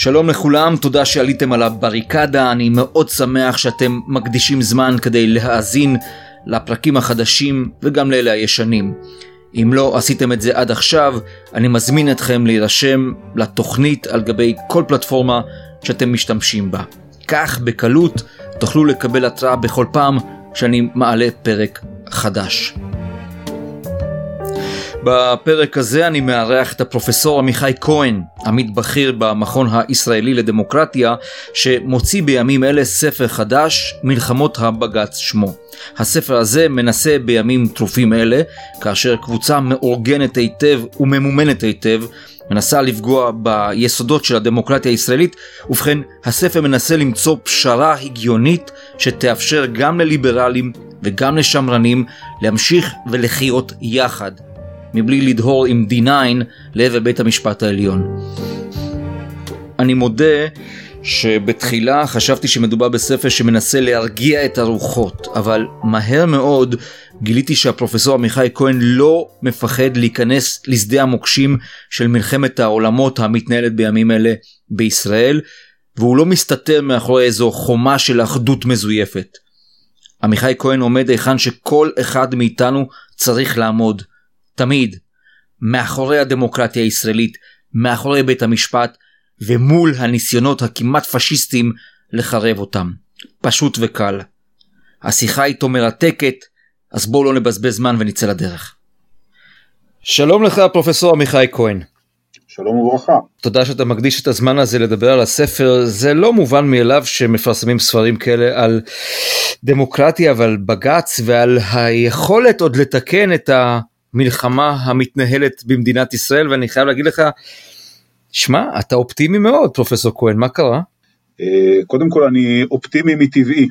שלום לכולם, תודה שעליתם על הבריקדה, אני מאוד שמח שאתם מקדישים זמן כדי להאזין לפרקים החדשים וגם לאלה הישנים. אם לא עשיתם את זה עד עכשיו, אני מזמין אתכם להירשם לתוכנית על גבי כל פלטפורמה שאתם משתמשים בה. כך בקלות תוכלו לקבל התראה בכל פעם שאני מעלה פרק חדש. בפרק הזה אני מארח את הפרופסור עמיחי כהן, עמית בכיר במכון הישראלי לדמוקרטיה, שמוציא בימים אלה ספר חדש, מלחמות הבג"ץ שמו. הספר הזה מנסה בימים טרופים אלה, כאשר קבוצה מאורגנת היטב וממומנת היטב, מנסה לפגוע ביסודות של הדמוקרטיה הישראלית, ובכן הספר מנסה למצוא פשרה הגיונית שתאפשר גם לליברלים וגם לשמרנים להמשיך ולחיות יחד, מבלי לדהור עם D9 לעבר בית המשפט העליון. אני מודה שבתחילה חשבתי שמדובר בספר שמנסה להרגיע את הרוחות, אבל מהר מאוד גיליתי שהפרופסור עמיחי כהן לא מפחד להיכנס לשדה המוקשים של מלחמת העולמות המתנהלת בימים אלה בישראל, והוא לא מסתתר מאחורי איזו חומה של אחדות מזויפת. עמיחי כהן עומד היכן שכל אחד מאיתנו צריך לעמוד, תמיד, מאחורי הדמוקרטיה הישראלית, מאחורי בית המשפט, ומול הניסיונות הכמעט פשיסטיים לחרב אותם. פשוט וקל. השיחה איתו מרתקת, אז בואו לא נבזבז זמן ונצא לדרך. שלום לך פרופסור עמיחי כהן. שלום וברכה. תודה שאתה מקדיש את הזמן הזה לדבר על הספר. זה לא מובן מאליו שמפרסמים ספרים כאלה על דמוקרטיה ועל בג"ץ ועל היכולת עוד לתקן את המלחמה המתנהלת במדינת ישראל, ואני חייב להגיד לך, שמע, אתה אופטימי מאוד פרופסור כהן, מה קרה? קודם כל אני אופטימי מטבעי.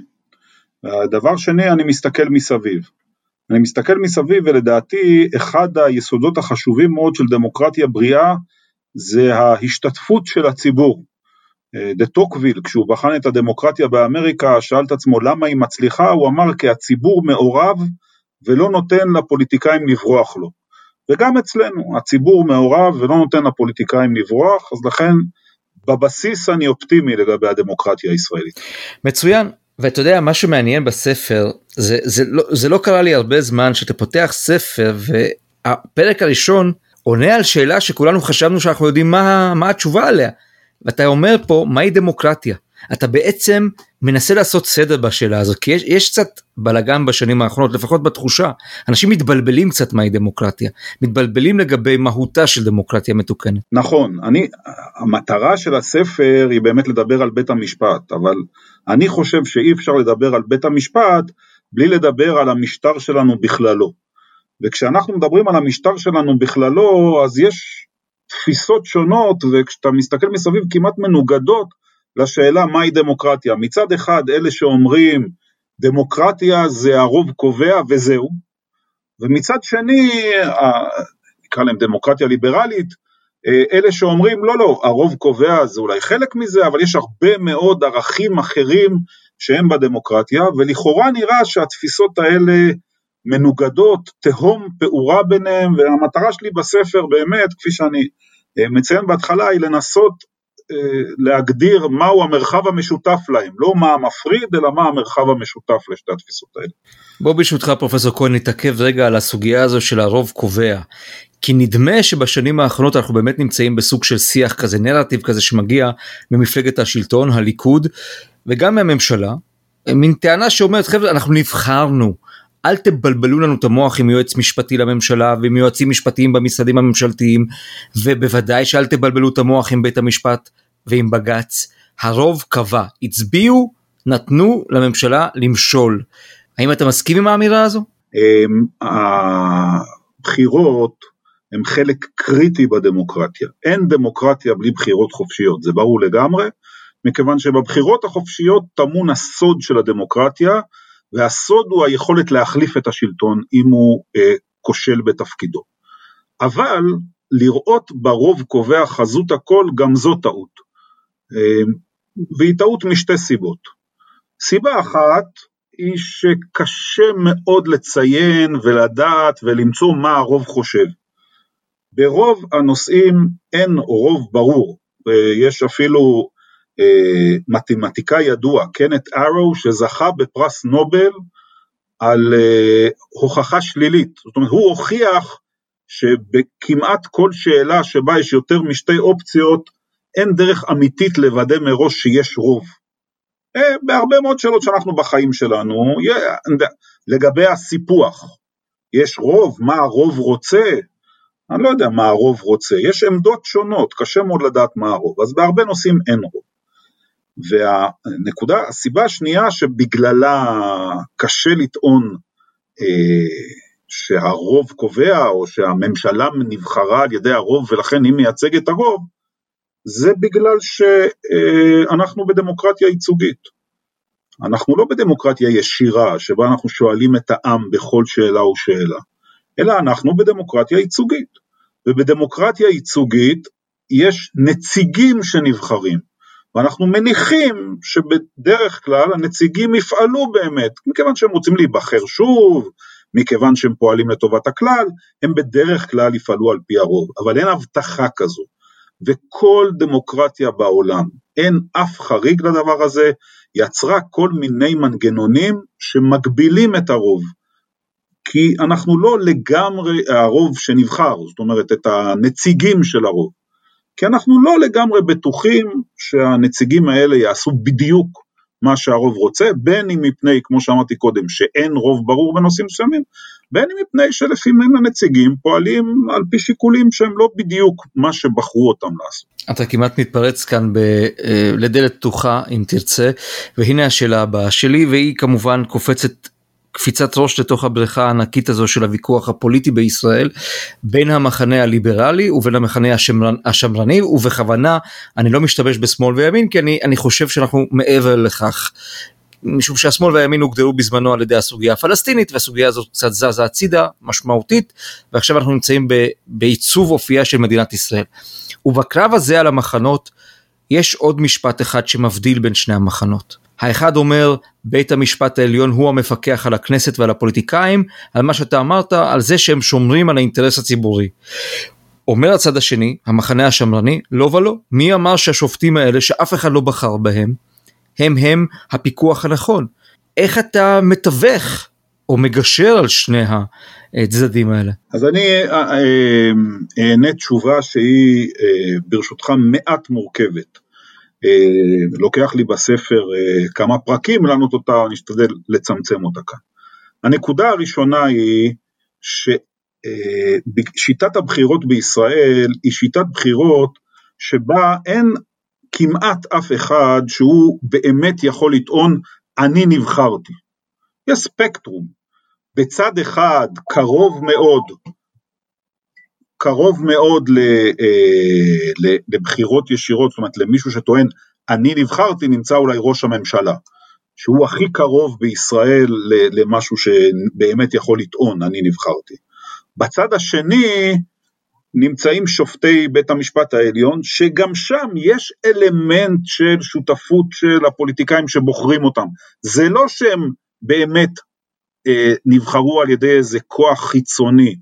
הדבר שני, אני מסתכל מסביב. אני מסתכל מסביב ולדעתי אחד היסודות החשובים מאוד של דמוקרטיה בריאה זה ההשתתפות של הציבור. דה טוקוויל, כשהוא בחן את הדמוקרטיה באמריקה, שאל את עצמו למה היא מצליחה, הוא אמר כי הציבור מעורב ולא נותן לפוליטיקאים לברוח לו. וגם אצלנו, הציבור מעורב ולא נותן לפוליטיקאים לברוח, אז לכן בבסיס אני אופטימי לגבי הדמוקרטיה הישראלית. מצוין. ואתה יודע, מה שמעניין בספר, זה לא קרה לי הרבה זמן שאתה פותח ספר, והפרק הראשון עונה על שאלה שכולנו חשבנו שאנחנו יודעים מה התשובה עליה. ואתה אומר פה, מהי דמוקרטיה? אתה בעצם מנסה לעשות סדר בשאלה הזאת, כי יש קצת בלגן בשנים האחרונות, לפחות בתחושה. אנשים מתבלבלים קצת מהי דמוקרטיה, מתבלבלים לגבי מהותה של דמוקרטיה מתוקנת. נכון, המטרה של הספר היא באמת לדבר על בית המשפט, אבל אני חושב שאי אפשר לדבר על בית המשפט, בלי לדבר על המשטר שלנו בכללו. וכשאנחנו מדברים על המשטר שלנו בכללו, אז יש תפיסות שונות, וכשאתה מסתכל מסביב כמעט מנוגדות, לשאלה מהי דמוקרטיה. מצד אחד אלה שאומרים דמוקרטיה זה הרוב קובע וזהו, ומצד שני נקרא להם דמוקרטיה ליברלית, אלה שאומרים לא, הרוב קובע זה אולי חלק מזה, אבל יש הרבה מאוד ערכים אחרים שהם בדמוקרטיה, ולכאורה נראה שהתפיסות האלה מנוגדות, תהום פעורה ביניהם, והמטרה שלי בספר באמת, כפי שאני מציין בהתחלה, היא לנסות להגדיר מהו המרחב המשותף להם, לא מה המפריד, אלא מה המרחב המשותף לשתי התפיסות האלה. בוא ברשותך פרופסור כהן נתעכב רגע על הסוגיה הזו של הרוב קובע, כי נדמה שבשנים האחרונות אנחנו באמת נמצאים בסוג של שיח כזה, נרטיב כזה שמגיע ממפלגת השלטון, הליכוד, וגם מהממשלה, מין טענה שאומרת, חבר'ה, אנחנו נבחרנו, אל תבלבלו לנו את המוח עם יועץ משפטי לממשלה, ועם יועצים משפטיים במשרדים הממשלתיים, ובוודאי שאל תבלבלו את המוח עם בית המשפט ועם בג"ץ. הרוב קבע, הצביעו, נתנו לממשלה למשול. האם אתה מסכים עם האמירה הזו? הבחירות הם חלק קריטי בדמוקרטיה. אין דמוקרטיה בלי בחירות חופשיות, זה ברור לגמרי, מכיוון שבבחירות החופשיות טמון הסוד של הדמוקרטיה, והסוד הוא היכולת להחליף את השלטון אם הוא כושל בתפקידו. אבל לראות ברוב קובע חזות הכל, גם זו טעות. והיא טעות משתי סיבות. סיבה אחת היא שקשה מאוד לציין ולדעת ולמצוא מה הרוב חושב. ברוב הנושאים אין רוב ברור. יש אפילו מתמטיקאי ידוע, קנת ארו, שזכה בפרס נובל על הוכחה שלילית. זאת אומרת, הוא הוכיח שבכמעט כל שאלה שבה יש יותר משתי אופציות, אין דרך אמיתית לוודא מראש שיש רוב. בהרבה מאוד שאלות שאנחנו בחיים שלנו, לגבי הסיפוח, יש רוב, מה הרוב רוצה? אני לא יודע מה הרוב רוצה, יש עמדות שונות, קשה מאוד לדעת מה הרוב, אז בהרבה נושאים אין רוב. והנקודה, הסיבה השנייה שבגללה קשה לטעון שהרוב קובע, או שהממשלה נבחרה על ידי הרוב, ולכן היא מייצגת הרוב, זה בגלל שאנחנו בדמוקרטיה ייצוגית. אנחנו לא בדמוקרטיה ישירה, שבה אנחנו שואלים את העם בכל שאלה או שאלה, אלא אנחנו בדמוקרטיה ייצוגית. ובדמוקרטיה ייצוגית יש נציגים שנבחרים, ואנחנו מניחים שבדרך כלל הנציגים יפעלו באמת, מכיוון שהם רוצים להיבחר שוב, מכיוון שהם פועלים לטובת הכלל, הם בדרך כלל יפעלו על פי הרוב, אבל אין הבטחה כזו. וכל דמוקרטיה בעולם, אין אף חריג לדבר הזה, יצרה כל מיני מנגנונים שמגבילים את הרוב, כי אנחנו לא לגמרי הרוב שנבחר, זאת אומרת את הנציגים של הרוב, כי אנחנו לא לגמרי בטוחים שהנציגים האלה יעשו בדיוק מה שהרוב רוצה, בין אם מפני, כמו שאמרתי קודם, שאין רוב ברור בנושאים מסוימים, בין אם מפני שלפעמים הנציגים פועלים על פי שיקולים שהם לא בדיוק מה שבחרו אותם לעשות. אתה כמעט מתפרץ כאן לדלת פתוחה, אם תרצה, והנה השאלה הבאה שלי, והיא כמובן קפיצת ראש לתוך הבריכה הענקית הזו של הוויכוח הפוליטי בישראל, בין המחנה הליברלי ובין המחנה השמרני, ובכוונה אני לא משתמש בשמאל וימין, כי אני חושב שאנחנו מעבר לכך, משום שהשמאל והימין הוגדרו בזמנו על ידי הסוגיה הפלסטינית, והסוגיה הזאת קצת זזה הצידה, משמעותית, ועכשיו אנחנו נמצאים בעיצוב אופייה של מדינת ישראל. ובקרב הזה על המחנות, יש עוד משפט אחד שמבדיל בין שני המחנות. האחד אומר, בית המשפט העליון הוא המפקח על הכנסת ועל הפוליטיקאים, על מה שאתה אמרת, על זה שהם שומרים על האינטרס הציבורי. אומר הצד השני, המחנה השמרני, לא ולא, מי אמר שהשופטים האלה, שאף אחד לא בחר בהם, הם הפיקוח הנכון. איך אתה מתווך או מגשר על שני הצדדים האלה? אז אני אענה תשובה שהיא ברשותך מעט מורכבת. לוקח לי בספר כמה פרקים לענות אותה, אני אשתדל לצמצם אותה כאן. הנקודה הראשונה היא ששיטת הבחירות בישראל היא שיטת בחירות שבה אין כמעט אף אחד שהוא באמת יכול לטעון אני נבחרתי. יש ספקטרום, בצד אחד קרוב מאוד לבחירות ישירות, זאת אומרת למישהו שטוען אני נבחרתי, נמצא אולי ראש הממשלה, שהוא הכי קרוב בישראל למשהו שבאמת יכול לטעון אני נבחרתי. בצד השני נמצאים שופטי בית המשפט העליון, שגם שם יש אלמנט של שותפות של הפוליטיקאים שבוחרים אותם. זה לא שהם באמת נבחרו על ידי איזה כוח חיצוני,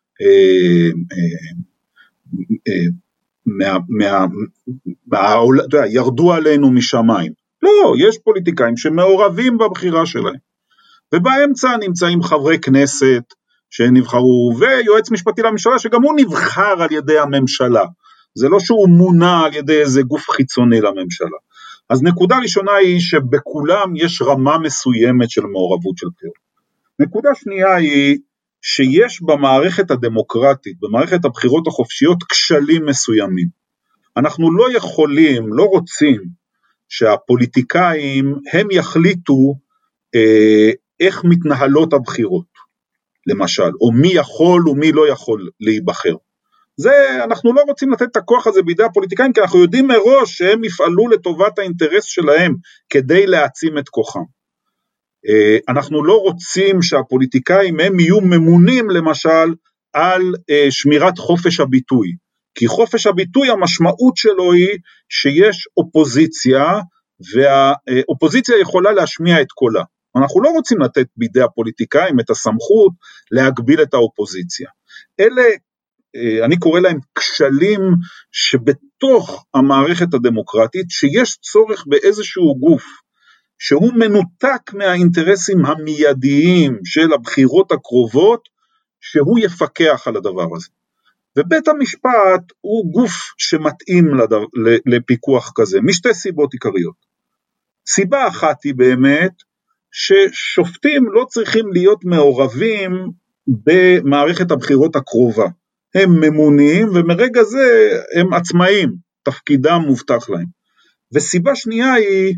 ירדו עלינו משמיים. לא, יש פוליטיקאים שמעורבים בבחירה שלהם. ובאמצע נמצאים חברי כנסת שנבחרו, ויועץ משפטי לממשלה שגם הוא נבחר על ידי הממשלה. זה לא שהוא מונה על ידי איזה גוף חיצוני לממשלה. אז נקודה ראשונה היא שבכולם יש רמה מסוימת של מעורבות של בחירות. נקודה שנייה היא שיש במערכת הדמוקרטית, במערכת הבחירות החופשיות, כשלים מסוימים. אנחנו לא יכולים, לא רוצים, שהפוליטיקאים הם יחליטו איך מתנהלות הבחירות, למשל, או מי יכול ומי לא יכול להיבחר. זה, אנחנו לא רוצים לתת את הכוח הזה בידי הפוליטיקאים, כי אנחנו יודעים מראש שהם יפעלו לטובת האינטרס שלהם, כדי להעצים את כוחם. אנחנו לא רוצים שהפוליטיקאים הם יהיו ממונים למשל על שמירת חופש הביטוי, כי חופש הביטוי המשמעות שלו היא שיש אופוזיציה, והאופוזיציה יכולה להשמיע את קולה. אנחנו לא רוצים לתת בידי הפוליטיקאים את הסמכות להגביל את האופוזיציה. אלה אני קורא להם כשלים שבתוך המערכת הדמוקרטית, שיש צורך באיזשהו גוף, שהוא מנותק מהאינטרסים המיידיים של הבחירות הקרובות, שהוא יפקח על הדבר הזה. ובית המשפט הוא גוף שמתאים לפיקוח כזה, משתי סיבות עיקריות. סיבה אחת היא באמת, ששופטים לא צריכים להיות מעורבים במערכת הבחירות הקרובה. הם ממונים ומרגע זה הם עצמאים, תפקידם מובטח להם. וסיבה שנייה היא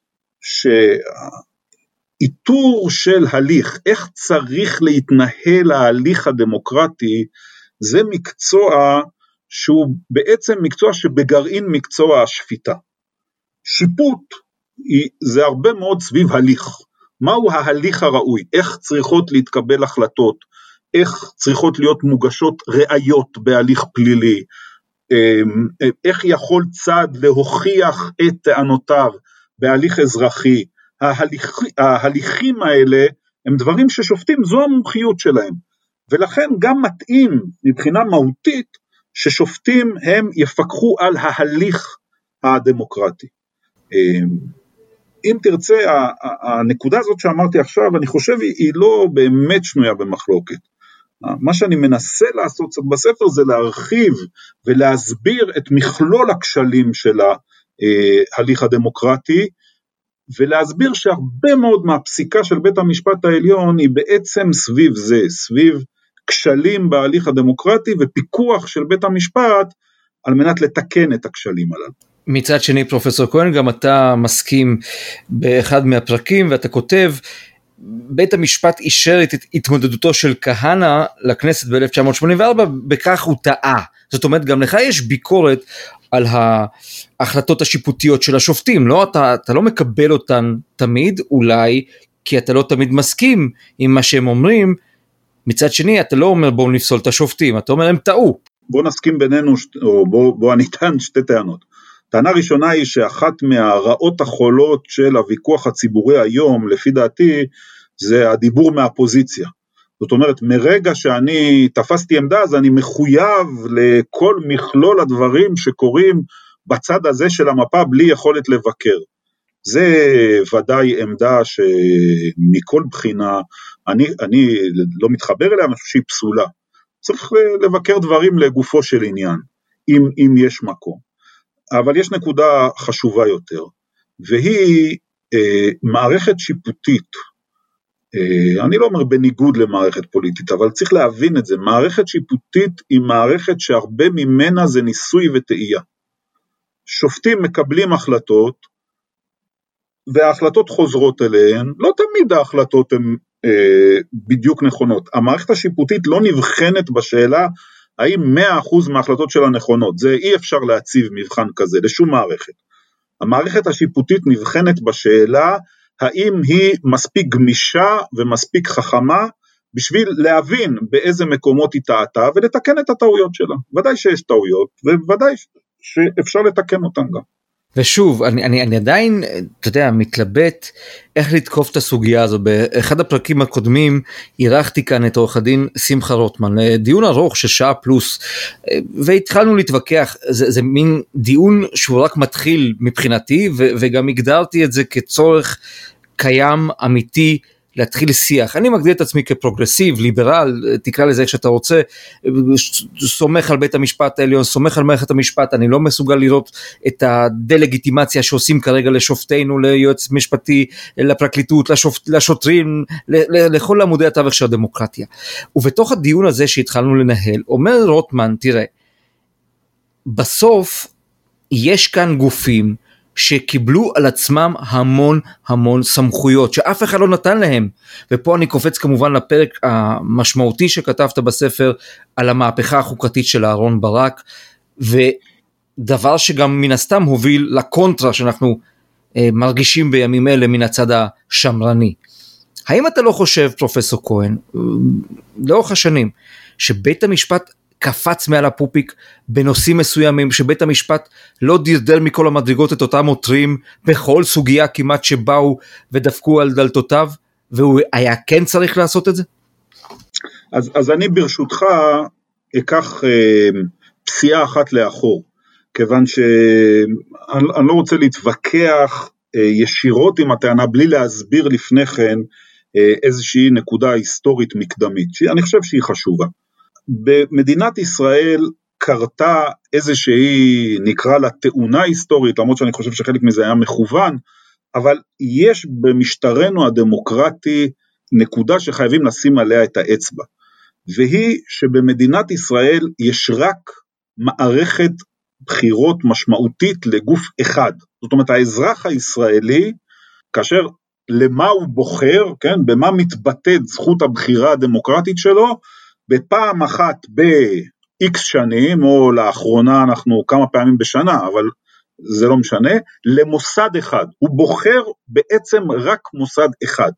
שאיתור של הליך, איך צריך להתנהל ההליך הדמוקרטי, זה מקצוע שהוא בעצם מקצוע שבגרעין מקצוע השפיטה. שיפוט זה הרבה מאוד סביב הליך. מהו ההליך הראוי? איך צריכות להתקבל החלטות? איך צריכות להיות מוגשות ראיות בהליך פלילי? איך יכול צד להוכיח את טענותיו בהליך אזרחי? ההליכים האלה הם דברים ששופטים, זו המומחיות שלהם. ולכן גם מתאים מבחינה מהותית ששופטים הם יפקחו על ההליך הדמוקרטי. אם תרצה, הנקודה הזאת שאמרתי עכשיו, אני חושב היא לא באמת שנויה במחלוקת. מה שאני מנסה לעשות בספר זה להרחיב ולהסביר את מכלול הכשלים של ההליך הדמוקרטי, ולהסביר שהרבה מאוד מהפסיקה של בית המשפט העליון היא בעצם סביב זה, סביב כשלים בהליך הדמוקרטי ופיקוח של בית המשפט על מנת לתקן את הכשלים הללו. מצד שני, פרופסור כהן, גם אתה מסכים באחד מהפרקים ואתה כותב, בית המשפט אישר את התמודדותו של כהנא לכנסת ב-1984, בכך הוא טעה. זאת אומרת, גם לך יש ביקורת על ההחלטות השיפוטיות של השופטים, לא? אתה לא מקבל אותן תמיד, אולי כי אתה לא תמיד מסכים עם מה שהם אומרים. מצד שני, אתה לא אומר בואו נפסול את השופטים, אתה אומר הם טעו. בואו נסכים בינינו, או בואו ניתן שתי טענות. טענה ראשונה היא שאחת מהרעות החולות של הוויכוח הציבורי היום, לפי דעתי, זה הדיבור מהפוזיציה. זאת אומרת, מרגע שאני תפסתי עמדה, אז אני מחויב לכל מכלול הדברים שקורים בצד הזה של המפה, בלי יכולת לבקר. זה ודאי עמדה שמכל בחינה, אני לא מתחבר אליה, אני חושב שהיא פסולה. צריך לבקר דברים לגופו של עניין, אם יש מקום. אבל יש נקודה חשובה יותר, והיא מערכת שיפוטית, אני לא אומר בניגוד למערכת פוליטית, אבל צריך להבין את זה, מערכת שיפוטית היא מערכת שהרבה ממנה זה ניסוי וטעייה. שופטים מקבלים החלטות, וההחלטות חוזרות אליהן, לא תמיד ההחלטות הן בדיוק נכונות. המערכת השיפוטית לא נבחנת בשאלה, האם 100% מההחלטות שלה נכונות, זה אי אפשר להציב מבחן כזה לשום מערכת. המערכת השיפוטית נבחנת בשאלה, האם היא מספיק גמישה ומספיק חכמה, בשביל להבין באיזה מקומות היא טעתה, ולתקן את הטעויות שלה. ודאי שיש טעויות, וודאי שאפשר לתקן אותן גם. ושוב, אני עדיין, אתה יודע, מתלבט איך לתקוף את הסוגיה הזו. באחד הפרקים הקודמים אירחתי כאן את עורך הדין שמחה רוטמן, דיון ארוך של שעה פלוס, והתחלנו להתווכח. זה מין דיון שהוא רק מתחיל מבחינתי, וגם הגדרתי את זה כצורך קיים, אמיתי, להתחיל שיח. אני מגדיר את עצמי כפרוגרסיב, ליברל, תקרא לזה איך שאתה רוצה, סומך על בית המשפט העליון, סומך על מערכת המשפט, אני לא מסוגל לראות את הדלגיטימציה שעושים כרגע לשופטינו, ליועץ משפטי, לפרקליטות, לשוטרים, לכל עמודי התווך של הדמוקרטיה. ובתוך הדיון הזה שהתחלנו לנהל, אומר רוטמן, תראה, בסוף יש כאן גופים, שקיבלו על עצמם המון סמכויות, שאף אחד לא נתן להם, ופה אני קופץ כמובן לפרק המשמעותי שכתבת בספר, על המהפכה החוקתית של אהרן ברק, ודבר שגם מן הסתם הוביל לקונטרה, שאנחנו מרגישים בימים אלה מן הצד השמרני. האם אתה לא חושב, פרופסור כהן, לאורך השנים, שבית המשפט קפץ מעל הפופיק בנושאים מסוימים, שבית המשפט לא דרדר מכל המדרגות את אותם עותרים, בכל סוגיה כמעט שבאו ודפקו על דלתותיו, והוא היה כן צריך לעשות את זה? אז אני ברשותך אקח פסיעה אחת לאחור, כיוון שאני לא רוצה להתווכח ישירות עם הטענה, בלי להסביר לפני כן איזושהי נקודה היסטורית מקדמית, שאני חושב שהיא חשובה. במדינת ישראל קרתה איזושהי, נקרא לה תאונה היסטורית, למרות שאני חושב שחלק מזה היה מכוון, אבל יש במשטרנו הדמוקרטי נקודה שחייבים לשים עליה את האצבע, והיא שבמדינת ישראל יש רק מערכת בחירות משמעותית לגוף אחד. זאת אומרת, האזרח הישראלי, כאשר למה הוא בוחר, כן, במה מתבטאת זכות הבחירה הדמוקרטית שלו, בפעם אחת ב-X שנים, או לאחרונה אנחנו כמה פעמים בשנה, אבל זה לא משנה, למוסד אחד. הוא בוחר בעצם רק מוסד אחד.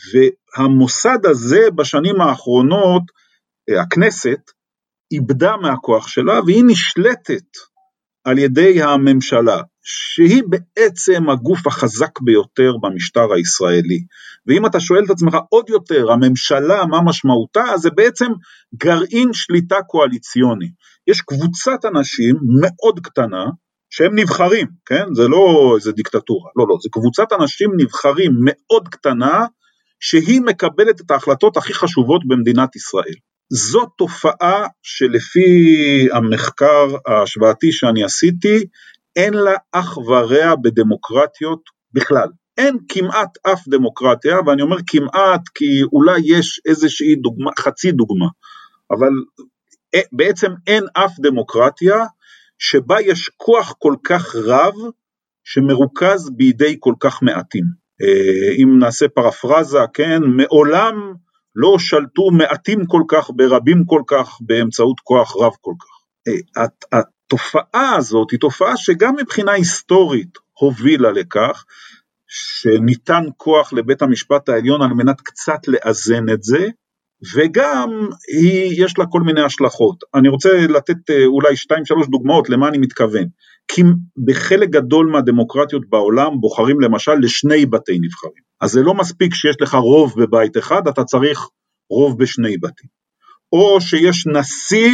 והמוסד הזה בשנים האחרונות, הכנסת איבדה מהכוח שלה, והיא נשלטת על ידי הממשלה, שהיא בעצם הגוף החזק ביותר במשטר הישראלי. ואם אתה שואל את עצמך עוד יותר, הממשלה, מה משמעותה? אז זה בעצם גרעין שליטה קואליציוני. יש קבוצת אנשים מאוד קטנה, שהם נבחרים, כן? זה לא איזה דיקטטורה, לא, זה קבוצת אנשים נבחרים מאוד קטנה, שהיא מקבלת את ההחלטות הכי חשובות במדינת ישראל. זו תופעה שלפי המחקר ההשוואתי שאני עשיתי, אין לה אח ורע בדמוקרטיות בכלל. אין כמעט אף דמוקרטיה, ואני אומר כמעט כי אולי יש איזושהי דוגמה, חצי דוגמה, אבל בעצם אין אף דמוקרטיה שבה יש כוח כל כך רב שמרוכז בידי כל כך מעטים. אם נעשה פרפרזה, כן, מעולם לא שלטו מעטים כל כך ברבים כל כך באמצעות כוח רב כל כך. התופעה הזאת היא תופעה שגם מבחינה היסטורית הובילה לכך, שניתן כוח לבית המשפט העליון על מנת קצת לאזן את זה, וגם יש לה כל מיני השלכות. אני רוצה לתת אולי 2-3 דוגמאות למה אני מתכוון. כי בחלק גדול מהדמוקרטיות בעולם בוחרים למשל לשני בתי נבחרים. אז זה לא מספיק שיש לך רוב בבית אחד, אתה צריך רוב בשני בתים. או שיש נשיא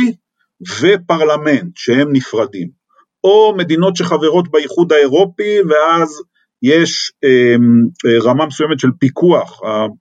ופרלמנט שהם נפרדים. או מדינות שחברות באיחוד האירופי, ואז יש רמה מסוימת של פיקוח,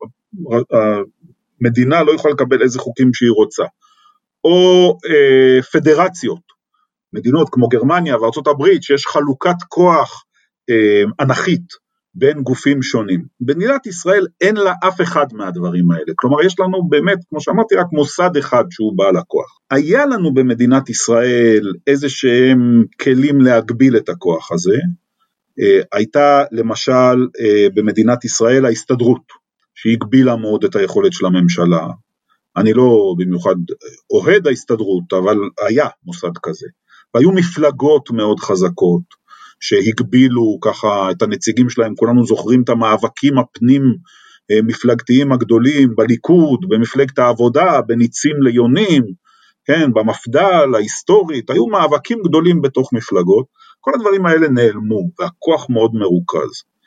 המדינה לא יכולה לקבל איזה חוקים שהיא רוצה. או פדרציות, מדינות כמו גרמניה וארצות הברית, שיש חלוקת כוח אנכית בין גופים שונים. במדינת ישראל אין לה אף אחד מהדברים האלה, כלומר יש לנו באמת, כמו שאמרתי, רק מוסד אחד שהוא בעל הכוח. היה לנו במדינת ישראל איזה שהם כלים להגביל את הכוח הזה, הייתה למשל במדינת ישראל ההסתדרות, שהגבילה מאוד את היכולת של הממשלה. אני לא במיוחד אוהד ההסתדרות, אבל היה מוסד כזה. והיו מפלגות מאוד חזקות, שהגבילו ככה את הנציגים שלהם, כולנו זוכרים את המאבקים הפנים מפלגתיים הגדולים, בליכוד, במפלגת העבודה, בניצים ליונים, כן, במפד"ל ההיסטורית, היו מאבקים גדולים בתוך מפלגות, כל הדברים האלה נעלמו, והכוח מאוד מרוכז.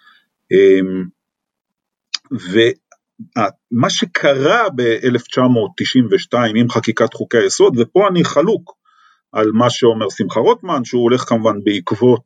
ומה שקרה ב-1992 עם חקיקת חוקי היסוד, ופה אני חלוק על מה שאומר שמחה רוטמן, שהוא הולך כמובן בעקבות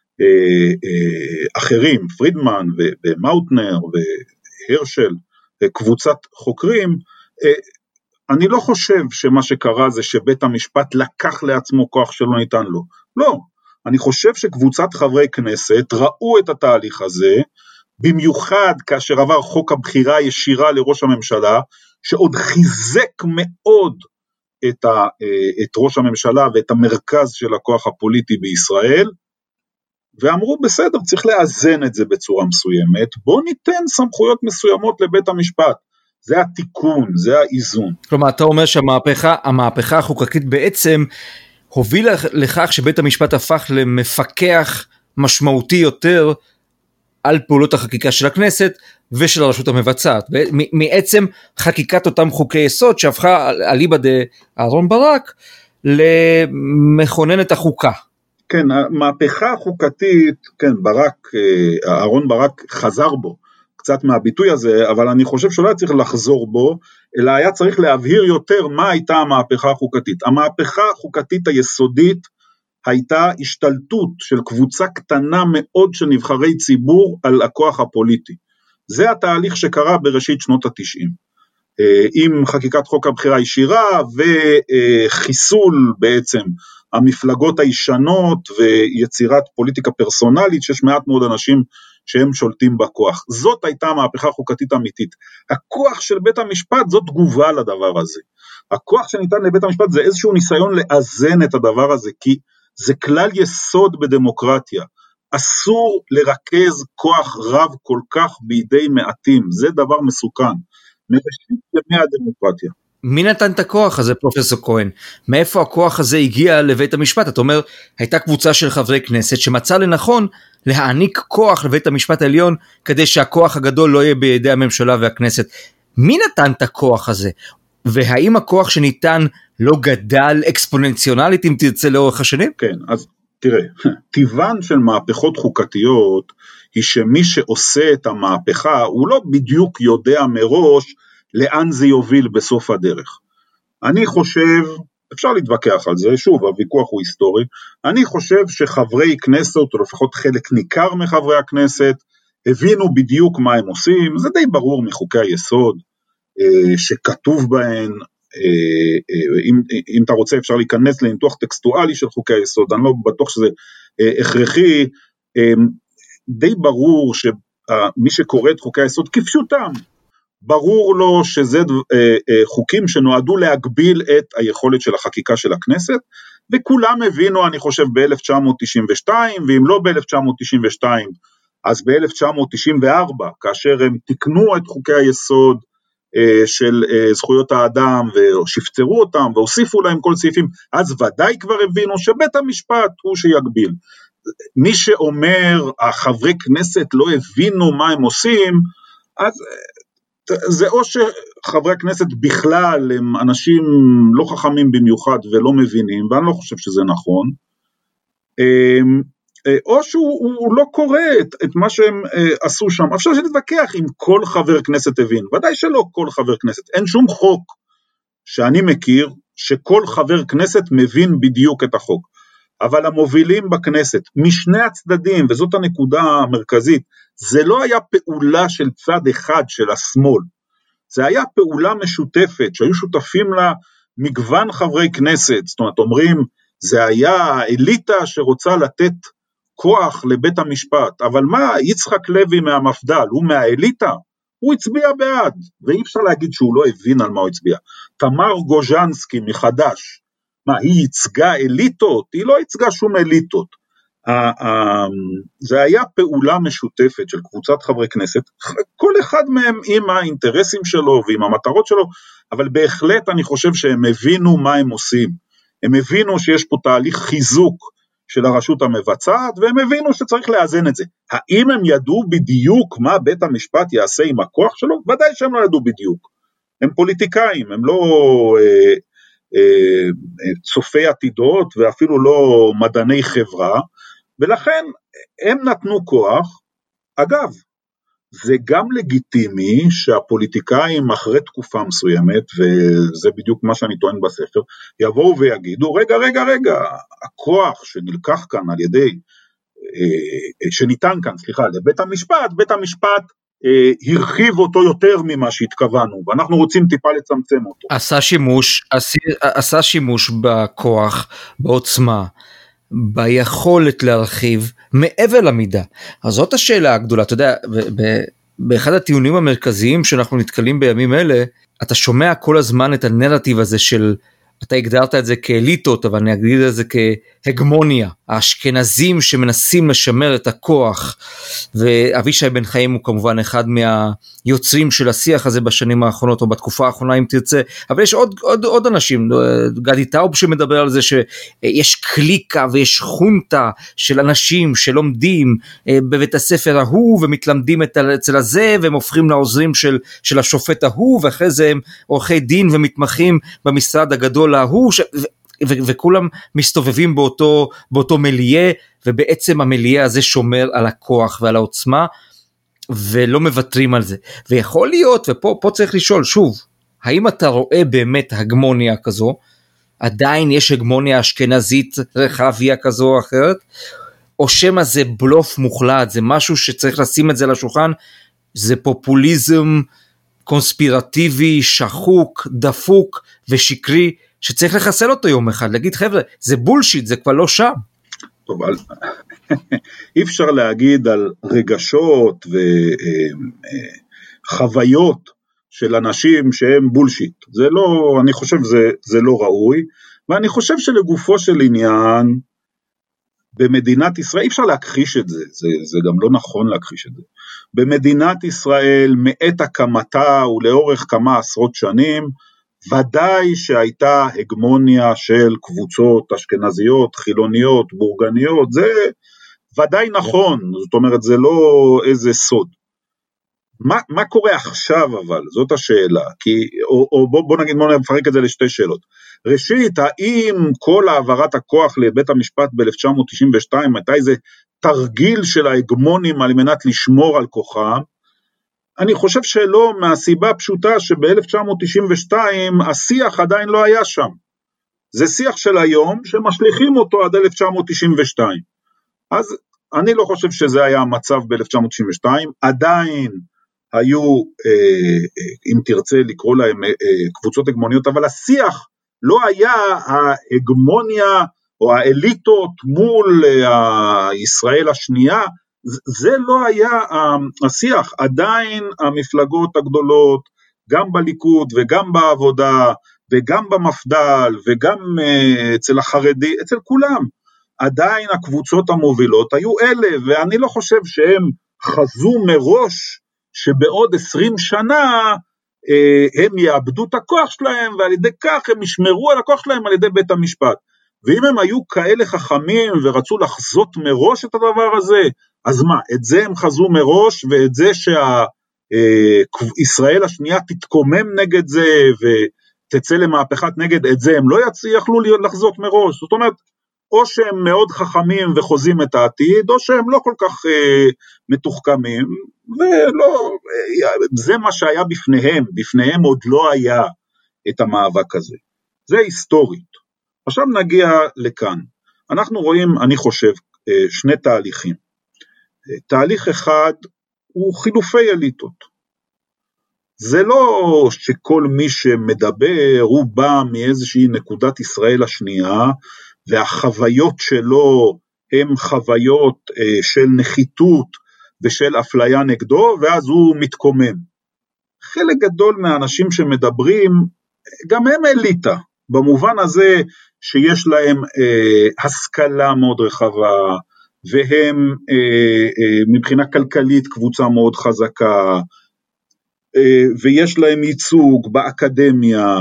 אחרים, פרידמן ומאוטנר והרשל, קבוצת חוקרים, אני לא חושב שמה שקרה זה שבית המשפט לקח לעצמו כוח שלא ניתן לו, לא, אני חושב שקבוצת חברי כנסת ראו את התהליך הזה, במיוחד כאשר עבר חוק הבחירה הישירה לראש הממשלה, שעוד חיזק מאוד את ראש הממשלה ואת המרכז של הכוח הפוליטי בישראל, ואמרו בסדר, צריך לאזן את זה בצורה מסוימת, בוא ניתן סמכויות מסוימות לבית המשפט, זה התיקון, זה האיזון. כלומר, אתה אומר שהמהפכה החוקתית בעצם הובילה לכך שבית המשפט הפך למפקח משמעותי יותר על פעולות החקיקה של הכנסת ושל הרשות המבצעת, מעצם חקיקת אותם חוקי יסוד שהפכה אליבא דאהרן ברק למכונן את החוקה. כן, המהפכה החוקתית, כן, אהרן ברק חזר בו קצת מהביטוי הזה, אבל אני חושב שלא צריך לחזור בו, אלא היה צריך להבהיר יותר מה הייתה המהפכה החוקתית. המהפכה החוקתית היסודית הייתה השתלטות של קבוצה קטנה מאוד של נבחרי ציבור על הכוח הפוליטי. זה התהליך שקרה בראשית שנות ה-90. עם חקיקת חוק הבחירה הישירה וחיסול בעצם המפלגות הישנות ויצירת פוליטיקה פרסונלית שיש מעט מאוד אנשים שהם שולטים בכוח. זאת הייתה מהפכה חוקתית אמיתית. הכוח של בית המשפט זאת תגובה לדבר הזה. הכוח שניתן לבית המשפט זה איזשהו ניסיון לאזן את הדבר הזה, כי זה כלל יסוד בדמוקרטיה. אסור לרכז כוח רב כל כך בידי מעטים, זה דבר מסוכן. מראשית ימי הדמוקרטיה. מי נתן את הכוח הזה, פרופסור כהן? מאיפה הכוח הזה הגיע לבית המשפט? אתה אומר, הייתה קבוצה של חברי כנסת שמצא לנכון להעניק כוח לבית המשפט העליון, כדי שהכוח הגדול לא יהיה בידי הממשלה והכנסת. מי נתן את הכוח הזה? והאם הכוח שניתן לא גדל אקספוננציונלית, אם תרצה, לאורך השנים? כן, אז תראה, טבען של מהפכות חוקתיות, היא שמי שעושה את המהפכה, הוא לא בדיוק יודע מראש, לאן זה יוביל בסוף הדרך. אני חושב, אפשר להתווכח על זה, שוב, הוויכוח הוא היסטורי, אני חושב שחברי כנסת, או לפחות חלק ניכר מחברי הכנסת, הבינו בדיוק מה הם עושים, זה די ברור מחוקי היסוד, שכתוב בהן, אם אתה רוצה אפשר להיכנס לניתוח טקסטואלי של חוקי היסוד, אני לא בטוח שזה הכרחי, די ברור שמי שקורא את חוקי היסוד כפשוטם, ברור לו שזה חוקים שנועדו להגביל את היכולת של החקיקה של הכנסת, וכולם הבינו, אני חושב, ב-1992, ואם לא ב-1992, אז ב-1994, כאשר הם תקנו את חוקי היסוד של זכויות האדם, ושפצרו אותם, והוסיפו להם כל סעיפים, אז ודאי כבר הבינו שבית המשפט הוא שיגביל. מי שאומר, החברי כנסת לא הבינו מה הם עושים, אז זה או שחברי הכנסת בכלל הם אנשים לא חכמים במיוחד ולא מבינים, ואני לא חושב שזה נכון, או שהוא לא קורא את מה שהם עשו שם. אפשר להתווכח אם כל חבר כנסת הבין, ודאי שלא כל חבר כנסת, אין שום חוק שאני מכיר שכל חבר כנסת מבין בדיוק את החוק, אבל המובילים בכנסת, משני הצדדים, וזאת הנקודה המרכזית, זה לא היה פעולה של צד אחד של השמאל, זה היה פעולה משותפת, שהיו שותפים לה מגוון חברי כנסת, זאת אומרת, אומרים, זה היה אליטה שרוצה לתת כוח לבית המשפט, אבל מה, יצחק לוי מהמפד"ל, הוא מהאליטה, הוא הצביע בעד, ואי אפשר להגיד שהוא לא הבין על מה הוא הצביע. תמר גוז'נסקי מחדש, מה, היא ייצגה אליטות? היא לא ייצגה שום אליטות. זה היה פעולה משותפת של קבוצת חברי כנסת, כל אחד מהם עם האינטרסים שלו ועם המטרות שלו, אבל בהחלט אני חושב שהם הבינו מה הם עושים. הם הבינו שיש פה תהליך חיזוק של הרשות המבצעת, והם הבינו שצריך לאזן את זה. האם הם ידעו בדיוק מה בית המשפט יעשה עם הכוח שלו? ודאי שהם לא ידעו בדיוק. הם פוליטיקאים, הם לא צופי עתידות, ואפילו לא מדעני חברה, ולכן הם נתנו כוח. אגב, זה גם לגיטימי שהפוליטיקאים אחרי תקופה מסוימת, וזה בדיוק מה שאני טוען בספר, יבואו ויגידו, רגע, הכוח שנלקח כאן על ידי, שניתן כאן, לבית המשפט, בית המשפט הרחיב אותו יותר ממה שהתכוונו, ואנחנו רוצים טיפה לצמצם אותו. עשה שימוש בכוח, בעוצמה, ביכולת להרחיב מעבר למידה. אז זאת השאלה הגדולה. אתה יודע, באחד הטיעונים המרכזיים שאנחנו נתקלים בימים אלה, אתה שומע כל הזמן את הנרטיב הזה של, אתה הגדרת את זה כאליטות, אבל אני אגיד את זה כהגמוניה, האשכנזים שמנסים לשמר את הכוח, ואבישי בן חיים הוא כמובן אחד מהיוצרים של השיח הזה בשנים האחרונות, או בתקופה האחרונה אם תרצה, אבל יש עוד אנשים, גדי טאוב שמדבר על זה, שיש קליקה ויש חונטה של אנשים שלומדים בבית הספר ההוא, ומתלמדים אצל הזה, והם הופכים לעוזרים של השופט ההוא, ואחרי זה הם עורכי דין ומתמחים במשרד הגדול ההוא, וכולם מסתובבים באותו מליה, ובעצם המליה הזה שומר על הכוח ועל העוצמה, ולא מוותרים על זה. ויכול להיות, ופה צריך לשאול שוב, האם אתה רואה באמת הגמוניה כזו? עדיין יש הגמוניה אשכנזית רחביה כזו או אחרת? או שמה זה בלוף מוחלט, זה משהו שצריך לשים את זה לשולחן, זה פופוליזם קונספירטיבי, שחוק, דפוק ושקרי, שצריך לחסל אותו יום אחד, להגיד חבר'ה, זה בולשיט, זה כבר לא שם. טוב, אי אפשר להגיד על רגשות וחוויות של אנשים שהם בולשיט, זה לא, אני חושב זה לא ראוי, ואני חושב שלגופו של עניין, במדינת ישראל, אי אפשר להכחיש את זה, זה גם לא נכון להכחיש את זה, במדינת ישראל מעת הקמתה ולאורך כמה עשרות שנים, ודאי שהייתה הגמוניה של קבוצות אשכנזיות, חילוניות, בורגניות, זה ודאי נכון, זאת אומרת זה לא איזה סוד. מה קורה עכשיו אבל, זאת השאלה, או בוא נגיד, בוא נפרק את זה לשתי שאלות. ראשית, האם כל העברת הכוח לבית המשפט ב-1992 הייתה איזה תרגיל של ההגמונים על מנת לשמור על כוחם? אני חושב שלא, מהסיבה הפשוטה שב-1992 השיח עדיין לא היה שם. זה שיח של היום שמשליכים אותו עד 1992. אז אני לא חושב שזה היה המצב ב-1992, עדיין היו, אם תרצה לקרוא להם קבוצות הגמוניות, אבל השיח לא היה ההגמוניה או האליטות מול ישראל השנייה, זה לא היה השיח, עדיין המפלגות הגדולות, גם בליכוד וגם בעבודה, וגם במפד"ל, וגם אצל החרדי, אצל כולם, עדיין הקבוצות המובילות היו אלה, ואני לא חושב שהם חזו מראש, שבעוד 20 שנה, הם יאבדו את הכוח שלהם, ועל ידי כך הם ישמרו על הכוח שלהם על ידי בית המשפט, ואם הם היו כאלה חכמים, ורצו לחזות מראש את הדבר הזה, אז מה, את זה הם חזו מראש, ואת זה שישראל השנייה תתקומם נגד זה, ותצא למהפכת נגד, את זה הם לא יכלו לחזות מראש, זאת אומרת, או שהם מאוד חכמים וחוזים את העתיד, או שהם לא כל כך מתוחכמים, ולא, זה מה שהיה בפניהם עוד לא היה את המאבק הזה, זה היסטורית. עכשיו נגיע לכאן, אנחנו רואים, אני חושב, שני תהליכים, תהליך אחד הוא חילופי אליטות, זה לא שכל מי שמדבר הוא בא מאיזושהי נקודת ישראל השנייה, והחוויות שלו הם חוויות של נחיתות ושל אפליה נגדו, ואז הוא מתקומם. חלק גדול מהאנשים שמדברים, גם הם אליטה, במובן הזה שיש להם השכלה מאוד רחבה, והם מבחינה כלכלית קבוצה מאוד חזקה, ויש להם ייצוג באקדמיה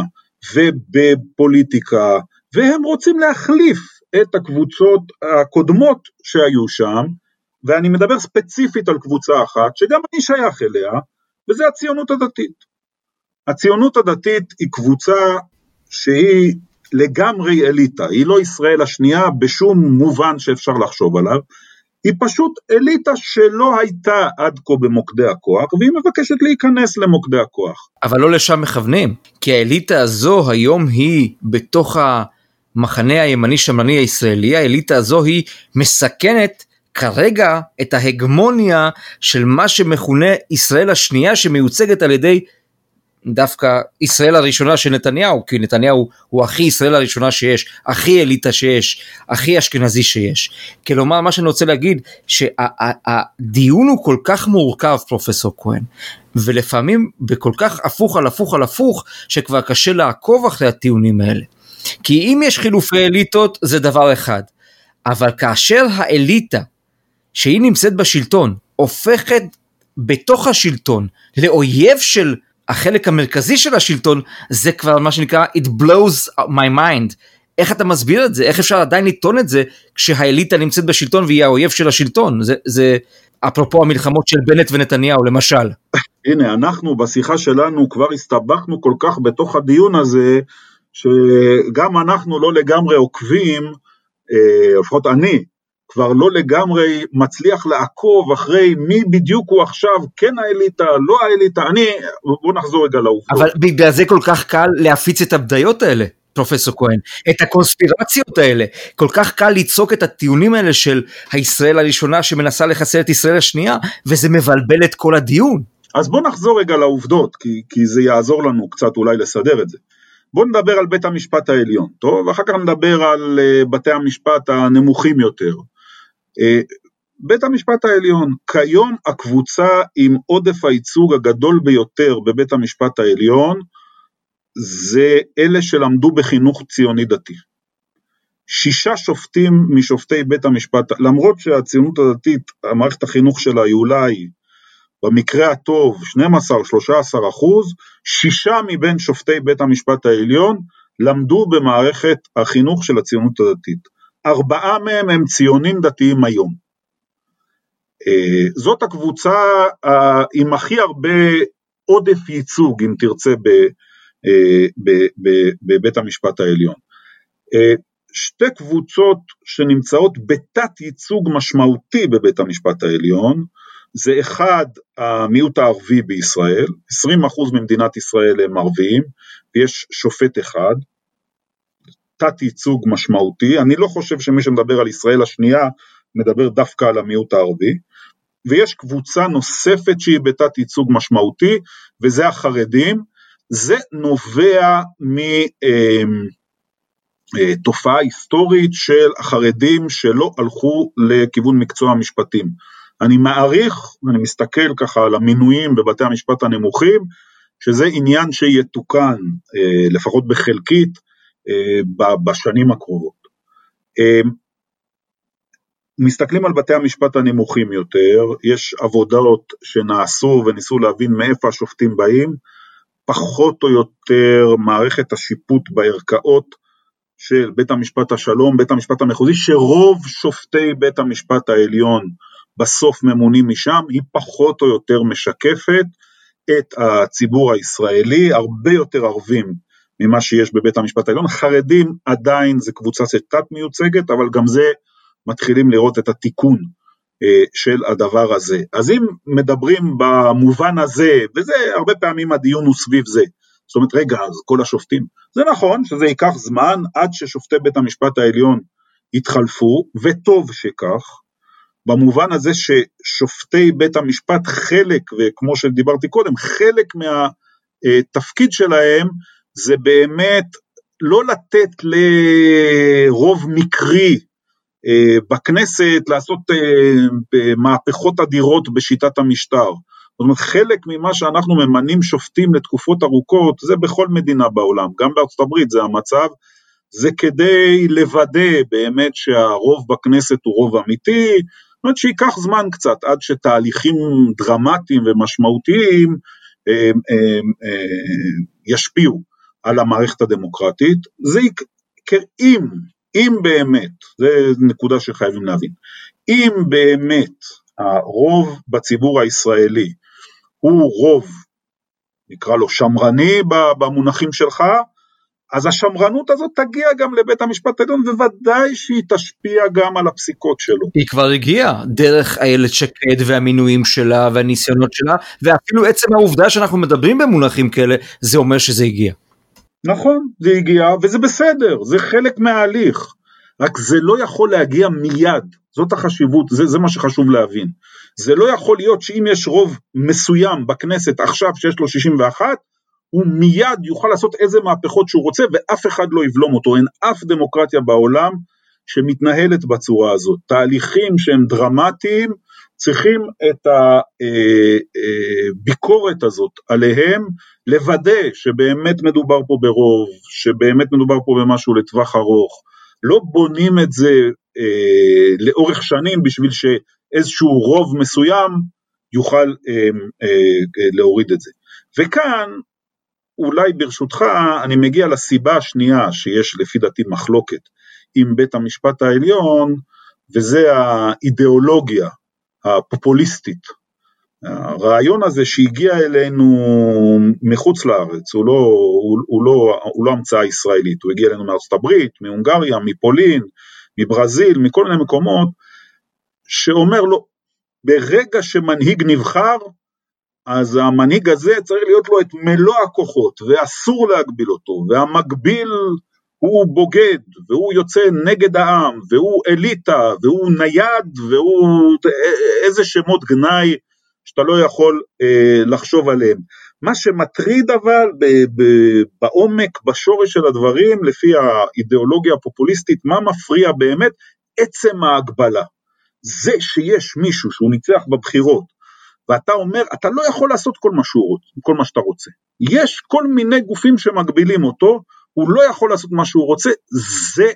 ובפוליטיקה, והם רוצים להחליף את הקבוצות הקודמות שהיו שם, ואני מדבר ספציפית על קבוצה אחת, שגם אני שייך אליה, וזה הציונות הדתית. הציונות הדתית היא קבוצה שהיא לגמרי אליטה, היא לא ישראל השנייה בשום מובן שאפשר לחשוב עליו, היא פשוט אליטה שלא הייתה עד כה במוקדי הכוח, והיא מבקשת להיכנס למוקדי הכוח. אבל לא לשם מכוונים, כי האליטה הזו היום היא בתוך המחנה הימני שמרני הישראלי, האליטה הזו היא מסכנת כרגע את ההגמוניה של מה שמכונה ישראל השנייה, שמיוצגת על ידי דווקא ישראל הראשונה של נתניהו, כי נתניהו הוא הכי ישראל הראשונה שיש, הכי אליטה שיש, הכי אשכנזי שיש. כלומר, מה שאני רוצה להגיד, שהדיון הוא כל כך מורכב, פרופסור כהן, ולפעמים בכל כך הפוך על הפוך על הפוך, שכבר קשה לעקוב אחרי הטיעונים האלה. כי אם יש חילופי אליטות, זה דבר אחד. אבל כאשר האליטה, שהיא נמצאת בשלטון, הופכת בתוך השלטון, לאויב של החלק המרכזי של השלטון, זה כבר מה שנקרא, it blows my mind. איך אתה מסביר את זה? איך אפשר עדיין לטעון את זה, כשהאליטה נמצאת בשלטון, והיא האויב של השלטון? זה אפרופו המלחמות של בנט ונתניהו, למשל. הנה, אנחנו בשיחה שלנו כבר הסתבכנו כל כך בתוך הדיון הזה, שגם אנחנו לא לגמרי עוקבים, לפחות אני, כבר לא לגמרי מצליח לעקוב אחרי מי בדיוק הוא עכשיו, כן האליטה, לא האליטה, בוא נחזור רגע לעובדות. אבל בגלל זה כל כך קל להפיץ את הבדיות האלה, פרופסור כהן, את הקונספירציות האלה, כל כך קל ליצוק את הטיעונים האלה של הישראל הראשונה שמנסה לחסל את ישראל השנייה, וזה מבלבל את כל הדיון. אז בוא נחזור רגע לעובדות, כי זה יעזור לנו קצת אולי לסדר את זה. בוא נדבר על בית המשפט העליון, טוב? ואחר כך נדבר על בתי המשפט הנמוכים יותר. בית המשפט העליון, כיום הקבוצה עם עודף הייצוג הגדול ביותר בבית המשפט העליון, זה אלה שלמדו בחינוך ציוני דתי. 6 שופטים משופטי בית המשפט, למרות שהציונות הדתית, המערכת החינוך שלה היא אולי, במקרה הטוב 12-13%, 6 מבין שופטי בית המשפט העליון, למדו במערכת החינוך של הציונות הדתית. 4 מהם הם ציונים דתיים היום. זאת הקבוצה עם הכי הרבה עודף ייצוג, אם תרצה, בבית המשפט העליון. 2 קבוצות שנמצאות בתת ייצוג משמעותי בבית המשפט העליון, זה אחד, המיעוט הערבי בישראל, 20% ממדינת ישראל הם ערבים, ויש שופט אחד, תת ייצוג משמעותי, אני לא חושב שמי שמדבר על ישראל השנייה, מדבר דווקא על המיעוט הערבי, ויש קבוצה נוספת שהיא בתת ייצוג משמעותי, וזה החרדים, זה נובע מתופעה היסטורית של החרדים שלא הלכו לכיוון מקצוע המשפטים. אני מעריך, אני מסתכל ככה על המינויים בבתי המשפט הנמוכים, שזה עניין שיתוקן, לפחות בחלקית, בשנים הקרובות. מסתכלים על בתי המשפט הנמוכים יותר, יש עבודות שנעשו וניסו להבין מאיפה השופטים באים, פחות או יותר מערכת השיפוט בערכאות של בית המשפט השלום, בית המשפט המחוזי, שרוב שופטי בית המשפט העליון בסוף ממונים משם, היא פחות או יותר משקפת את הציבור הישראלי, הרבה יותר ערבים ממה שיש בבית המשפט העליון, חרדים עדיין זה קבוצה שתת מיוצגת, אבל גם זה מתחילים לראות את התיקון של הדבר הזה. אז אם מדברים במובן הזה, וזה הרבה פעמים הדיון הוא סביב זה, זאת אומרת רגע, אז כל השופטים, זה נכון שזה ייקח זמן עד ששופטי בית המשפט העליון יתחלפו, וטוב שכך, במובן הזה ששופטי בית המשפט חלק, וכמו שדיברתי קודם, חלק מהתפקיד שלהם, זה באמת לא לתת לרוב מקרי בכנסת, לעשות מהפכות אדירות בשיטת המשטר. זאת אומרת, חלק ממה שאנחנו ממנים שופטים לתקופות ארוכות, זה בכל מדינה בעולם, גם בארצות הברית זה המצב, זה כדי לוודא באמת שהרוב בכנסת הוא רוב אמיתי, זאת אומרת שיקח זמן קצת, עד שתהליכים דרמטיים ומשמעותיים ישפיעו על המערכת הדמוקרטית. זה אם באמת, זה נקודה שחייבים להבין, אם באמת הרוב בציבור הישראלי הוא רוב, נקרא לו שמרני במונחים שלך, אז השמרנות הזאת תגיע גם לבית המשפט העליון, וודאי שהיא תשפיע גם על הפסיקות שלו. היא כבר הגיעה, דרך איילת שקד והמינויים שלה והניסיונות שלה, ואפילו עצם העובדה שאנחנו מדברים במונחים כאלה, זה אומר שזה הגיע. נכון, זה הגיע, וזה בסדר, זה חלק מההליך, רק זה לא יכול להגיע מיד, זאת החשיבות, זה מה שחשוב להבין. זה לא יכול להיות שאם יש רוב מסוים בכנסת עכשיו שיש לו 61, הוא מיד יוכל לעשות איזה מהפכות שהוא רוצה, ואף אחד לא יבלום אותו. אין אף דמוקרטיה בעולם שמתנהלת בצורה הזאת. תהליכים שהם דרמטיים, צריכים את הביקורת הזאת עליהם, לוודא שבאמת מדובר פה ברוב, שבאמת מדובר פה במשהו לטווח ארוך, לא בונים את זה לאורך שנים, בשביל שאיזשהו רוב מסוים יוכל להוריד את זה. וכאן, אולי ברשותך, אני מגיע לסיבה השנייה, שיש לפי דעתי מחלוקת עם בית המשפט העליון, וזה האידיאולוגיה הפופוליסטית. הרעיון הזה שהגיע אלינו מחוץ לארץ, הוא לא המצאה ישראלית, הוא הגיע אלינו מארצות הברית, מהונגריה, מפולין, מברזיל, מכל מיני מקומות, שאומר לו, ברגע שמנהיג נבחר, אז המנהיג הזה צריך להיות לו את מלוא הכוחות, ואסור להגביל אותו, והמגביל הוא בוגד, והוא יוצא נגד העם, והוא אליטה, והוא נייד, והוא איזה שמות גנאי שאתה לא יכול לחשוב עליהם. מה שמטריד אבל בעומק, בשורש של הדברים, לפי האידיאולוגיה הפופוליסטית, מה מפריע באמת? עצם ההגבלה. זה שיש מישהו שהוא ניצח בבחירות, ואתה אומר, אתה לא יכול לעשות כל מה שאתה רוצה. יש כל מיני גופים שמגבילים אותו, הוא לא יכול לעשות מה שהוא רוצה, זה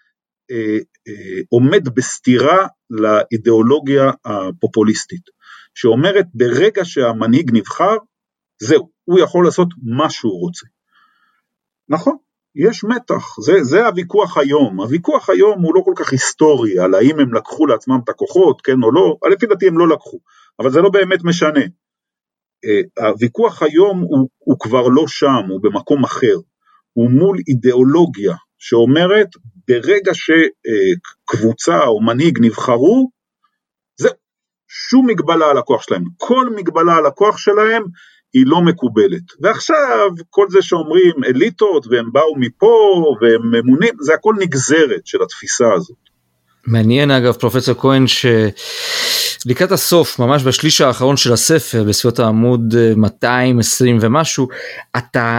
עומד בסתירה לאידיאולוגיה הפופוליסטית, שאומרת ברגע שהמנהיג נבחר, זהו, הוא יכול לעשות מה שהוא רוצה. נכון, יש מתח, זה הוויכוח היום. הוויכוח היום הוא לא כל כך היסטורי, על האם הם לקחו לעצמם את הכוחות, כן או לא, לפי דעתי הם לא לקחו, אבל זה לא באמת משנה. הוויכוח היום הוא כבר לא שם, הוא במקום אחר, הוא מול אידיאולוגיה, שאומרת ברגע שקבוצה או מנהיג נבחרו, זה שום מגבלה על הכוח שלהם, כל מגבלה על הכוח שלהם היא לא מקובלת. ועכשיו כל זה שאומרים אליטות והם באו מפה והם ממונים, זה הכל נגזרת של התפיסה הזאת. מעניין אגב פרופסור כהן לקראת הסוף, ממש בשליש האחרון של הספר, בסביבות העמוד 220 ומשהו, אתה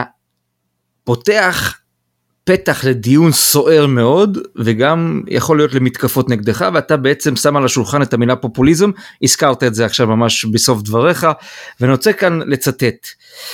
פותח פתח לדיון סוער מאוד, וגם יכול להיות למתקפות נגדך, ואתה בעצם שם על השולחן את המילה פופוליזם, הזכרת את זה עכשיו ממש בסוף דבריך, ואני רוצה כאן לצטט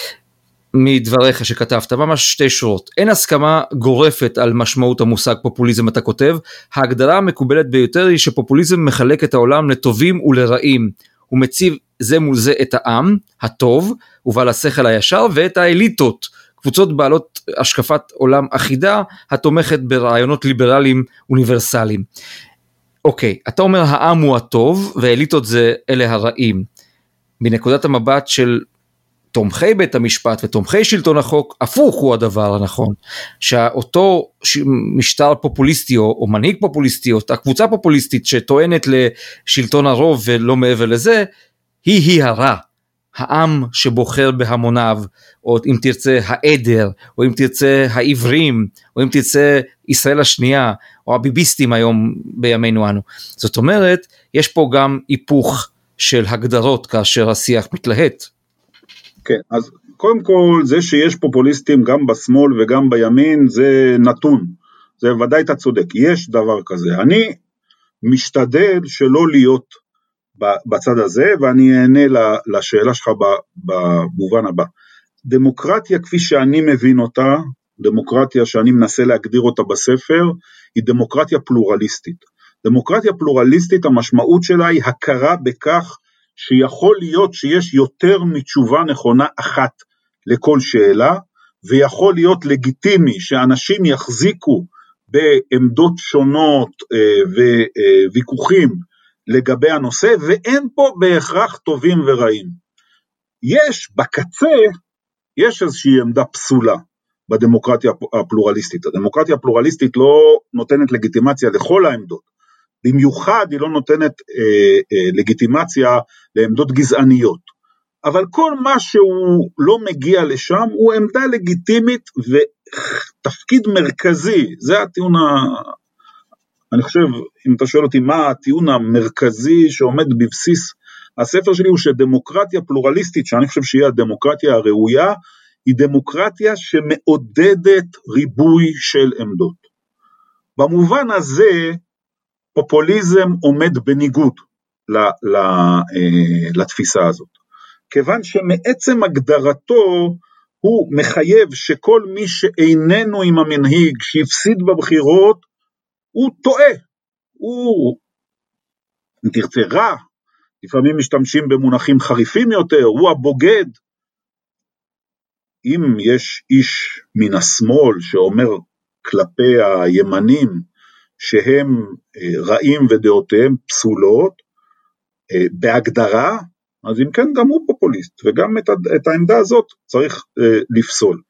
מדבריך שכתבת, ממש 2 שורות. אין הסכמה גורפת על משמעות המושג פופוליזם, אתה כותב, ההגדרה המקובלת ביותר היא שפופוליזם מחלק את העולם לטובים ולרעים, הוא מציב זה מול זה את העם, הטוב, ובעל השכל הישר, ואת האליטות, קבוצות בעלות השקפת עולם אחידה, התומכת ברעיונות ליברליים אוניברסליים. אוקיי, אתה אומר העם הוא הטוב, והאליטות זה אלה הרעים. בנקודת המבט של תומכי בית המשפט ותומכי שלטון החוק, הפוך הוא הדבר הנכון, שאותו משטר פופוליסטי או מנהיג פופוליסטי, אותה קבוצה פופוליסטית שטוענת לשלטון הרוב ולא מעבר לזה, היא הרע. העם שבוחר בהמוניו, או אם תרצה העדר, או אם תרצה העברים, או אם תרצה ישראל השנייה, או הביביסטים היום בימינו אנו. זאת אומרת, יש פה גם היפוך של הגדרות כאשר השיח מתלהט. כן, אז קודם כל, זה שיש פופוליסטים גם בשמאל וגם בימין, זה נתון. זה ודאי אתה צודק, יש דבר כזה. אני משתדל שלא להיות בצד הזה, ואני אענה לשאלה שלך במובן הבא. דמוקרטיה כפי שאני מבין אותה, דמוקרטיה שאני מנסה להגדיר אותה בספר, היא דמוקרטיה פלורליסטית. דמוקרטיה פלורליסטית, המשמעות שלה היא הכרה בכך, שיכול להיות שיש יותר מתשובה נכונה אחת לכל שאלה, ויכול להיות לגיטימי שאנשים יחזיקו בעמדות שונות וויכוחים, לגבי הנושא, ואין פה בהכרח טובים ורעים. יש בקצה, יש איזושהי עמדה פסולה בדמוקרטיה הפלורליסטית. הדמוקרטיה הפלורליסטית לא נותנת לגיטימציה לכל העמדות, במיוחד היא לא נותנת לגיטימציה לעמדות גזעניות. אבל כל מה שהוא לא מגיע לשם, הוא עמדה לגיטימית ותפקיד מרכזי, זה הטיעון אני חושב, אם אתה שואל אותי מה הטיעון המרכזי שעומד בבסיס הספר שלי, הוא שדמוקרטיה פלורליסטית, שאני חושב שהיא הדמוקרטיה הראויה, היא דמוקרטיה שמעודדת ריבוי של עמדות. במובן הזה, פופוליזם עומד בניגוד לתפיסה הזאת. כיוון שמעצם הגדרתו, הוא מחייב שכל מי שאיננו עם המנהיג, שהפסיד בבחירות, הוא טועה, הוא, אם תרצה רע, לפעמים משתמשים במונחים חריפים יותר, הוא הבוגד. אם יש איש מן השמאל שאומר כלפי הימנים שהם רעים ודעותיהם פסולות, בהגדרה, אז אם כן גם הוא פופוליסט, וגם את העמדה הזאת צריך לפסול.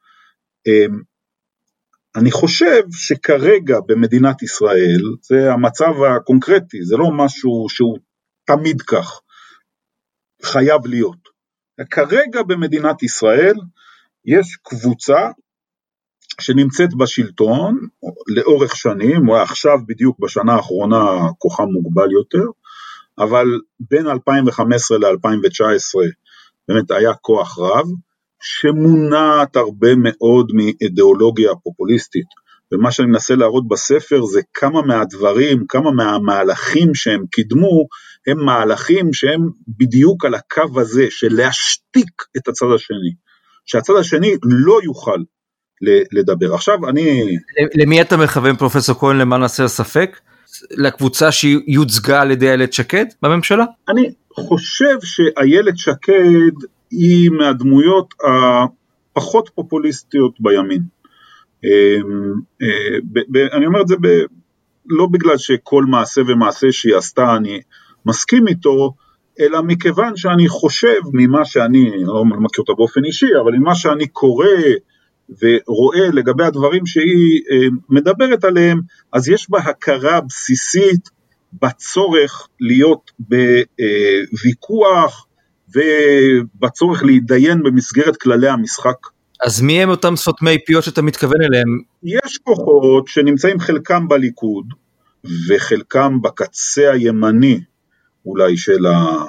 אני חושב שכרגע במדינת ישראל, זה המצב הקונקרטי, זה לא משהו שהוא תמיד כך, חייב להיות. כרגע במדינת ישראל יש קבוצה שנמצאת בשלטון לאורך שנים, או עכשיו בדיוק בשנה האחרונה כוחם מוגבל יותר, אבל בין 2015 ל-2019 באמת היה כוח רב, שמונעת הרבה מאוד מאידיאולוגיה פופוליסטית, ומה שאני מנסה להראות בספר זה כמה מהדברים, כמה מהמהלכים שהם קידמו, הם מהלכים שהם בדיוק על הקו הזה, של להשתיק את הצד השני, שהצד השני לא יוכל לדבר. עכשיו אני... למי אתה מכוון פרופסור כהן למען הסר ספק? לקבוצה שיוצגה על ידי איילת שקד בממשלה? אני חושב שאיילת שקד היא מהדמויות הפחות פופוליסטיות בימין. אני אומר את זה לא בגלל שכל מעשה ומעשה שהיא עשתה אני מסכים איתו, אלא מכיוון שאני חושב ממה שאני, אני לא מכיר אותה באופן אישי, אבל ממה שאני קורא ורואה לגבי הדברים שהיא מדברת עליהם, אז יש בה הכרה בסיסית בצורך להיות בוויכוח ובצורך להידיין במסגרת כללי המשחק. אז מי הם אותם סותמי פיות שאתה מתכוון אליהם? יש כוחות שנמצאים חלקם בליכוד וחלקם בקצה הימני אולי של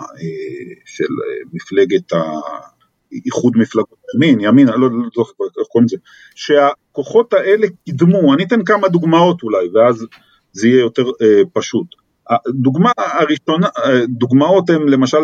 מפלגת איחוד מפלגות ימין, לא זוכר איך קוראים לזה, שהכוחות האלה קידמו, אני אתן כמה דוגמאות אולי, ואז זה יהיה יותר פשוט. הדוגמה הראשונה, דוגמאות הן למשל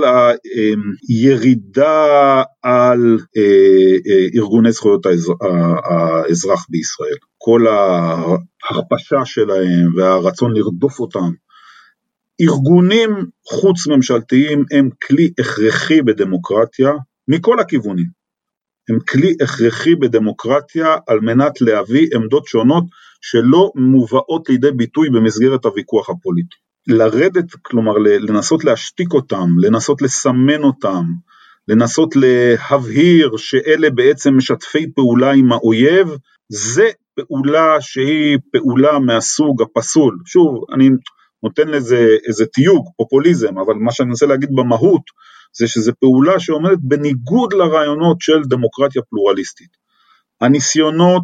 הירידה על ארגוני זכויות האזרח בישראל, כל ההרפשה שלהם והרצון לרדוף אותם. ארגונים חוץ ממשלתיים הם כלי הכרחי בדמוקרטיה, מכל הכיוונים. הם כלי הכרחי בדמוקרטיה על מנת להביא עמדות שונות שלא מובאות לידי ביטוי במסגרת הוויכוח הפוליטי. לרדת, כלומר לנסות להשתיק אותם, לנסות לסמן אותם, לנסות להבהיר שאלה בעצם משתפי פעולה עם האויב, זה פעולה שהיא פעולה מהסוג הפסול. שוב, אני נותן לזה איזה תיוג, פופוליזם, אבל מה שאני מנסה להגיד במהות, זה שזה פעולה שעומדת בניגוד לרעיונות של דמוקרטיה פלורליסטית. הניסיונות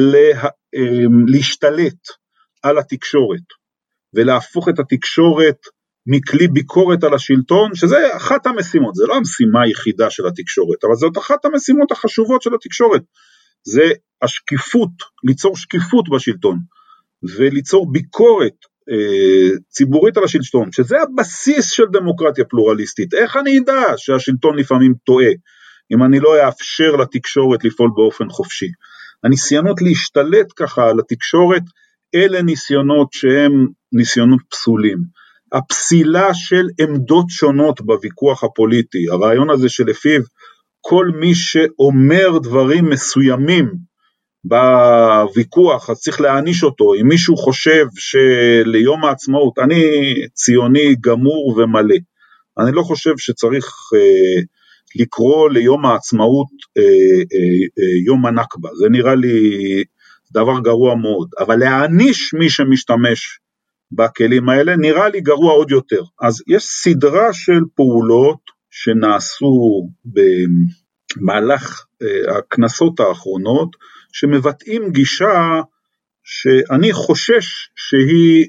להשתלט על התקשורת, ולהפוך את התקשורת מכלי ביקורת על השלטון, שזה אחת המשימות, זה לא המשימה היחידה של התקשורת, אבל זאת אחת המשימות החשובות של התקשורת, זה השקיפות, ליצור שקיפות בשלטון, וליצור ביקורת ציבורית על השלטון, שזה הבסיס של דמוקרטיה פלורליסטית. איך אני אדע שהשלטון לפעמים טועה, אם אני לא אאפשר לתקשורת לפעול באופן חופשי? הניסיונות להשתלט ככה על התקשורת, אלה ניסיונות שהם ניסיונות פסולים. הפסילה של עמדות שונות בוויכוח הפוליטי, הרעיון הזה שלפיו כל מי שאומר דברים מסוימים בוויכוח, אז צריך להעניש אותו. אם מישהו חושב שליום העצמאות, אני ציוני גמור ומלא, אני לא חושב שצריך לקרוא ליום העצמאות יום הנכבה, זה נראה לי דבר גרוע מאוד, אבל להעניש מי שמשתמש בכלים האלה נראה לי גרוע עוד יותר. אז יש סדרה של פעולות שנעשו במהלך הכנסות האחרונות, שמבטאים גישה שאני חושש שהיא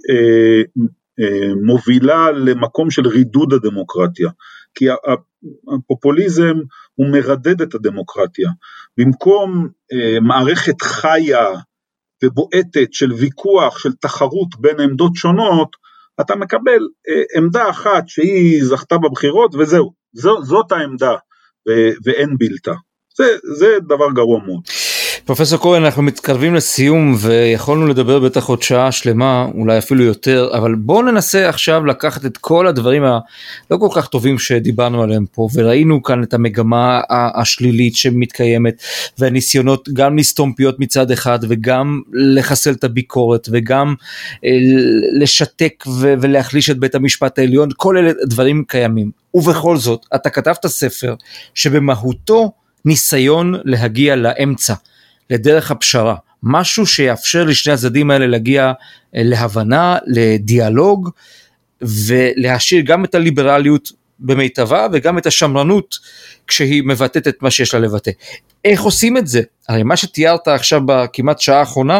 מובילה למקום של רידוד הדמוקרטיה, כי הפופוליזם הוא מרדד את הדמוקרטיה, במקום מערכת חיה ובועטת של ויכוח, של תחרות בין עמדות שונות, אתה מקבל עמדה אחת שהיא זכתה בבחירות וזהו, זאת העמדה ואין בלתה. זה דבר גרוע מאוד. פרופסור כהן, אנחנו מתקרבים לסיום ויכולנו לדבר בטח עוד שעה שלמה, אולי אפילו יותר, אבל בואו ננסה עכשיו לקחת את כל הדברים הלא כל כך טובים שדיברנו עליהם פה, וראינו כאן את המגמה השלילית שמתקיימת, והניסיונות גם לסתום פיות מצד אחד, וגם לחסל את הביקורת, וגם לשתק ולהחליש את בית המשפט העליון, כל אלה דברים קיימים. ובכל זאת, אתה כתבת ספר שבמהותו ניסיון להגיע לאמצע, לדרך הפשרה, משהו שיאפשר לשני הצדדים האלה להגיע להבנה, לדיאלוג, ולהשאיר גם את הליברליות במיטבה, וגם את השמרנות כשהיא מבטאת את מה שיש לה לבטא. איך עושים את זה? הרי מה שתיארת עכשיו בכמעט שעה האחרונה,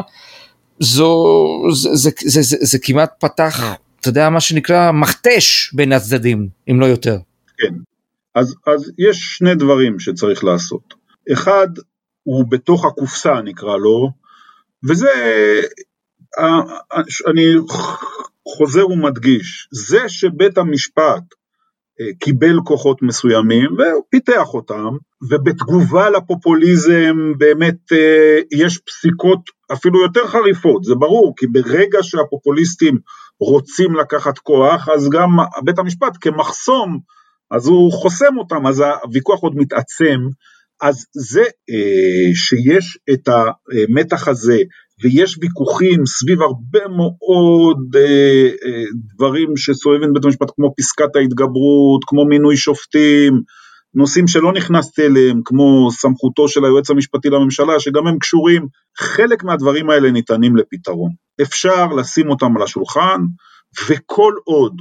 זה כמעט פתח, אתה יודע מה שנקרא, מכתש בין הצדדים, אם לא יותר. כן, אז יש שני דברים שצריך לעשות. אחד, הוא בתוך הקופסה נקרא לו, וזה, אני חוזר ומדגיש, זה שבית המשפט קיבל כוחות מסוימים ופיתח אותם, ובתגובה לפופוליזם באמת יש פסיקות אפילו יותר חריפות, זה ברור, כי ברגע שהפופוליסטים רוצים לקחת כוח, אז גם בית המשפט כמחסום, אז הוא חוסם אותם, אז הוויכוח עוד מתעצם, אז זה שיש את המתח הזה, ויש ויכוחים סביב הרבה מאוד דברים שסובבים בית המשפט, כמו פסקת ההתגברות, כמו מינוי שופטים, נושאים שלא נכנסתי אליהם, כמו סמכותו של היועץ המשפטי לממשלה, שגם הם קשורים, חלק מהדברים האלה ניתנים לפתרון. אפשר לשים אותם על השולחן, וכל עוד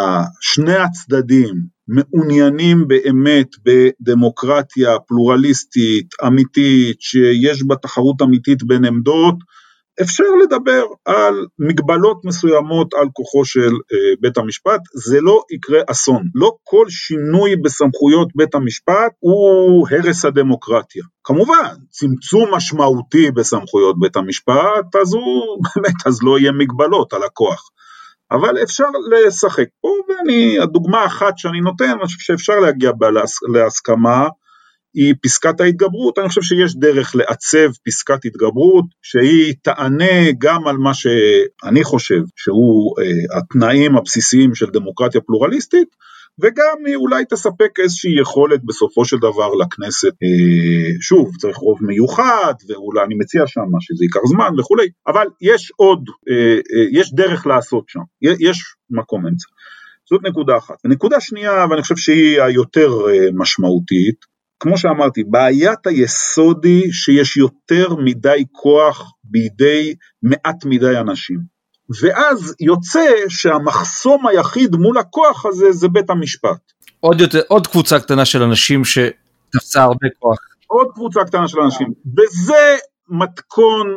שני הצדדים מעוניינים באמת בדמוקרטיה פלורליסטית, אמיתית, שיש בה תחרות אמיתית בין עמדות, אפשר לדבר על מגבלות מסוימות על כוחו של בית המשפט, זה לא יקרה אסון. לא כל שינוי בסמכויות בית המשפט הוא הרס הדמוקרטיה. כמובן, צמצום משמעותי בסמכויות בית המשפט, אז הוא באמת, אז לא יהיה מגבלות על הכוח. אבל אפשר לשחק פה, הדוגמה אחת שאני נותן, אני חושב שאפשר להגיע להסכמה, היא פסקת ההתגברות. אני חושב שיש דרך לעצב פסקת התגברות, שהיא תענה גם על מה שאני חושב, שהוא התנאים הבסיסיים של דמוקרטיה פלורליסטית, וגם היא אולי תספק איזושהי יכולת בסופו של דבר לכנסת, שוב, צריך רוב מיוחד, ואולי אני מציע שם שזה ייקח זמן וכולי, אבל יש עוד, יש דרך לעשות שם, יש מקום אמצע. זאת נקודה אחת. ונקודה שנייה, ואני חושב שהיא היותר משמעותית, כמו שאמרתי, בעיית היסוד היא שיש יותר מדי כוח בידי מעט מדי אנשים. ואז יוצא שהמחסום היחיד מול הכוח הזה זה בית המשפט. עוד קבוצה קטנה של אנשים שתפסה הרבה כוח. עוד קבוצה קטנה של אנשים. וזה מתכון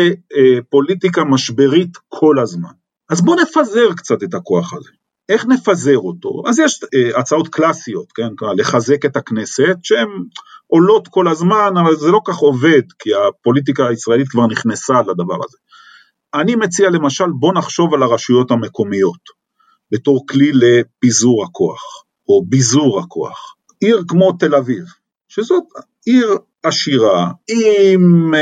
לפוליטיקה משברית כל הזמן. אז בואו נפזר קצת את הכוח הזה. איך נפזר אותו? אז יש הצעות קלאסיות, כן? לחזק את הכנסת, שהן עולות כל הזמן, אבל זה לא כך עובד, כי הפוליטיקה הישראלית כבר נכנסה לדבר הזה. אני מציע למשל, בוא נחשוב על הרשויות המקומיות, בתור כלי לפיזור הכוח, או ביזור הכוח. עיר כמו תל אביב, שזאת עיר עשירה, עם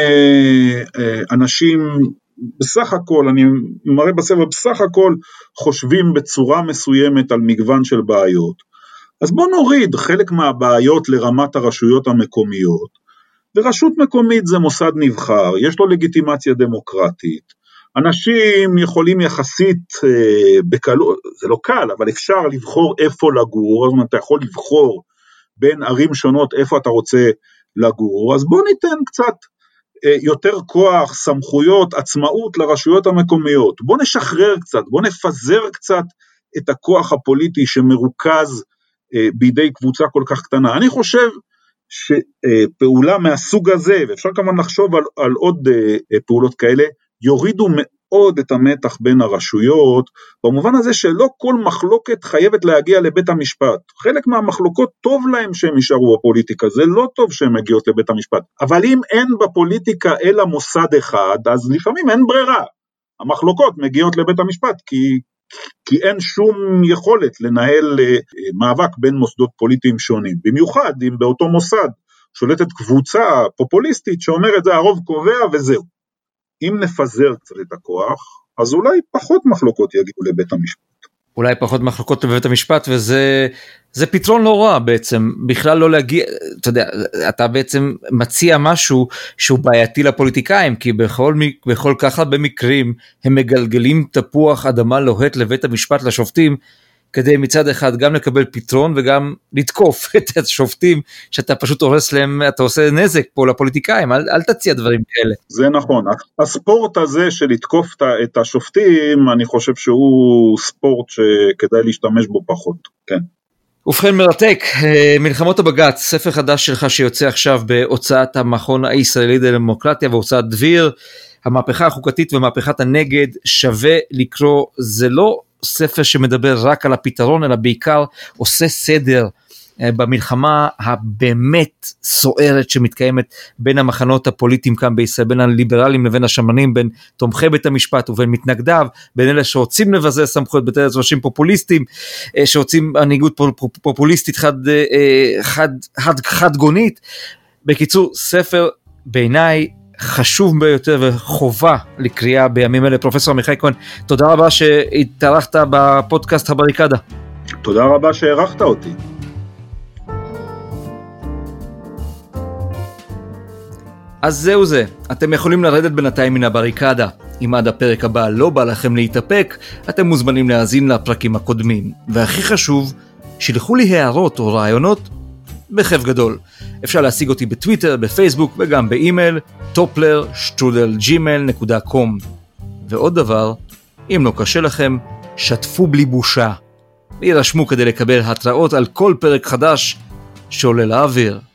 אנשים, בסך הכל, אני מראה בספר, בסך הכל חושבים בצורה מסוימת על מגוון של בעיות. אז בוא נוריד חלק מהבעיות לרמת הרשויות המקומיות, ורשות מקומית זה מוסד נבחר, יש לו לגיטימציה דמוקרטית, אנשים יכולים יחסית בקלות, זה לא קל, אבל אפשר לבחור איפה לגור, זאת אומרת, אתה יכול לבחור בין ערים שונות איפה אתה רוצה לגור, אז בוא ניתן קצת יותר כוח, סמכויות, עצמאות לרשויות המקומיות, בוא נשחרר קצת, בוא נפזר קצת את הכוח הפוליטי שמרוכז בידי קבוצה כל כך קטנה. אני חושב שפעולה מהסוג הזה, ואפשר כמובן לחשוב על עוד פעולות כאלה, יורידו מאוד את המתח בין הרשויות, במובן הזה שלא כל מחלוקת חייבת להגיע לבית המשפט. חלק מהמחלוקות טוב להם שהם יישארו בפוליטיקה, זה לא טוב שהם מגיעות לבית המשפט. אבל אם אין בפוליטיקה אלא מוסד אחד, אז לפעמים אין ברירה. המחלוקות מגיעות לבית המשפט, כי אין שום יכולת לנהל מאבק בין מוסדות פוליטיים שונים. במיוחד אם באותו מוסד שולטת קבוצה פופוליסטית שאומרת זה הרוב קובע וזהו. אם נפזר קצת את הכוח, אז אולי פחות מחלוקות יגיעו לבית המשפט. אולי פחות מחלוקות לבית המשפט, וזה פתרון לא רע בעצם, בכלל לא להגיע, אתה יודע, אתה בעצם מציע משהו שהוא בעייתי לפוליטיקאים, כי בכל כך הרבה מקרים הם מגלגלים תפוח אדמה לוהט לבית המשפט לשופטים, כדי מצד אחד גם לקבל פתרון וגם לתקוף את השופטים שאתה פשוט הורס להם, אתה עושה נזק פה לפוליטיקאים, אל תציע דברים כאלה. זה נכון, הספורט הזה של לתקוף את השופטים, אני חושב שהוא ספורט שכדאי להשתמש בו פחות, כן. ובכן מרתק, מלחמות הבג"ץ, ספר חדש שלך שיוצא עכשיו בהוצאת המכון הישראלי לדמוקרטיה והוצאת דביר, המהפכה החוקתית ומהפכת הנגד, שווה לקרוא, זה לא ספר שמדבר רק על הפתרון, אלא בעיקר עושה סדר במלחמה הבאמת סוערת שמתקיימת בין המחנות הפוליטיים כאן בישראל, בין הליברלים לבין השמרנים, בין תומכי בית המשפט ובין מתנגדיו, בין אלה שרוצים לבזר סמכויות, בין אלה שרוצים פופוליסטים, שרוצים מנהיגות פופוליסטית חד גונית. בקיצור, ספר בעיניי חשוב ביותר וחובה לקריאה בימים אלה. פרופסור עמיחי כהן, תודה רבה שהתארחת בפודקאסט הבריקדה. תודה רבה שהערכת אותי. אז זהו זה, אתם יכולים לרדת בינתיים מן הבריקדה. אם עד הפרק הבא לא בא לכם להתאפק, אתם מוזמנים להאזין לפרקים הקודמים. והכי חשוב, שילחו לי הערות או רעיונות בכיף גדול. אפשר להשיג אותי בטוויטר, בפייסבוק וגם באימייל, topler@gmail.com. ועוד דבר, אם לא קשה לכם, שתפו בלי בושה. וירשמו כדי לקבל התראות על כל פרק חדש שעולה לאוויר.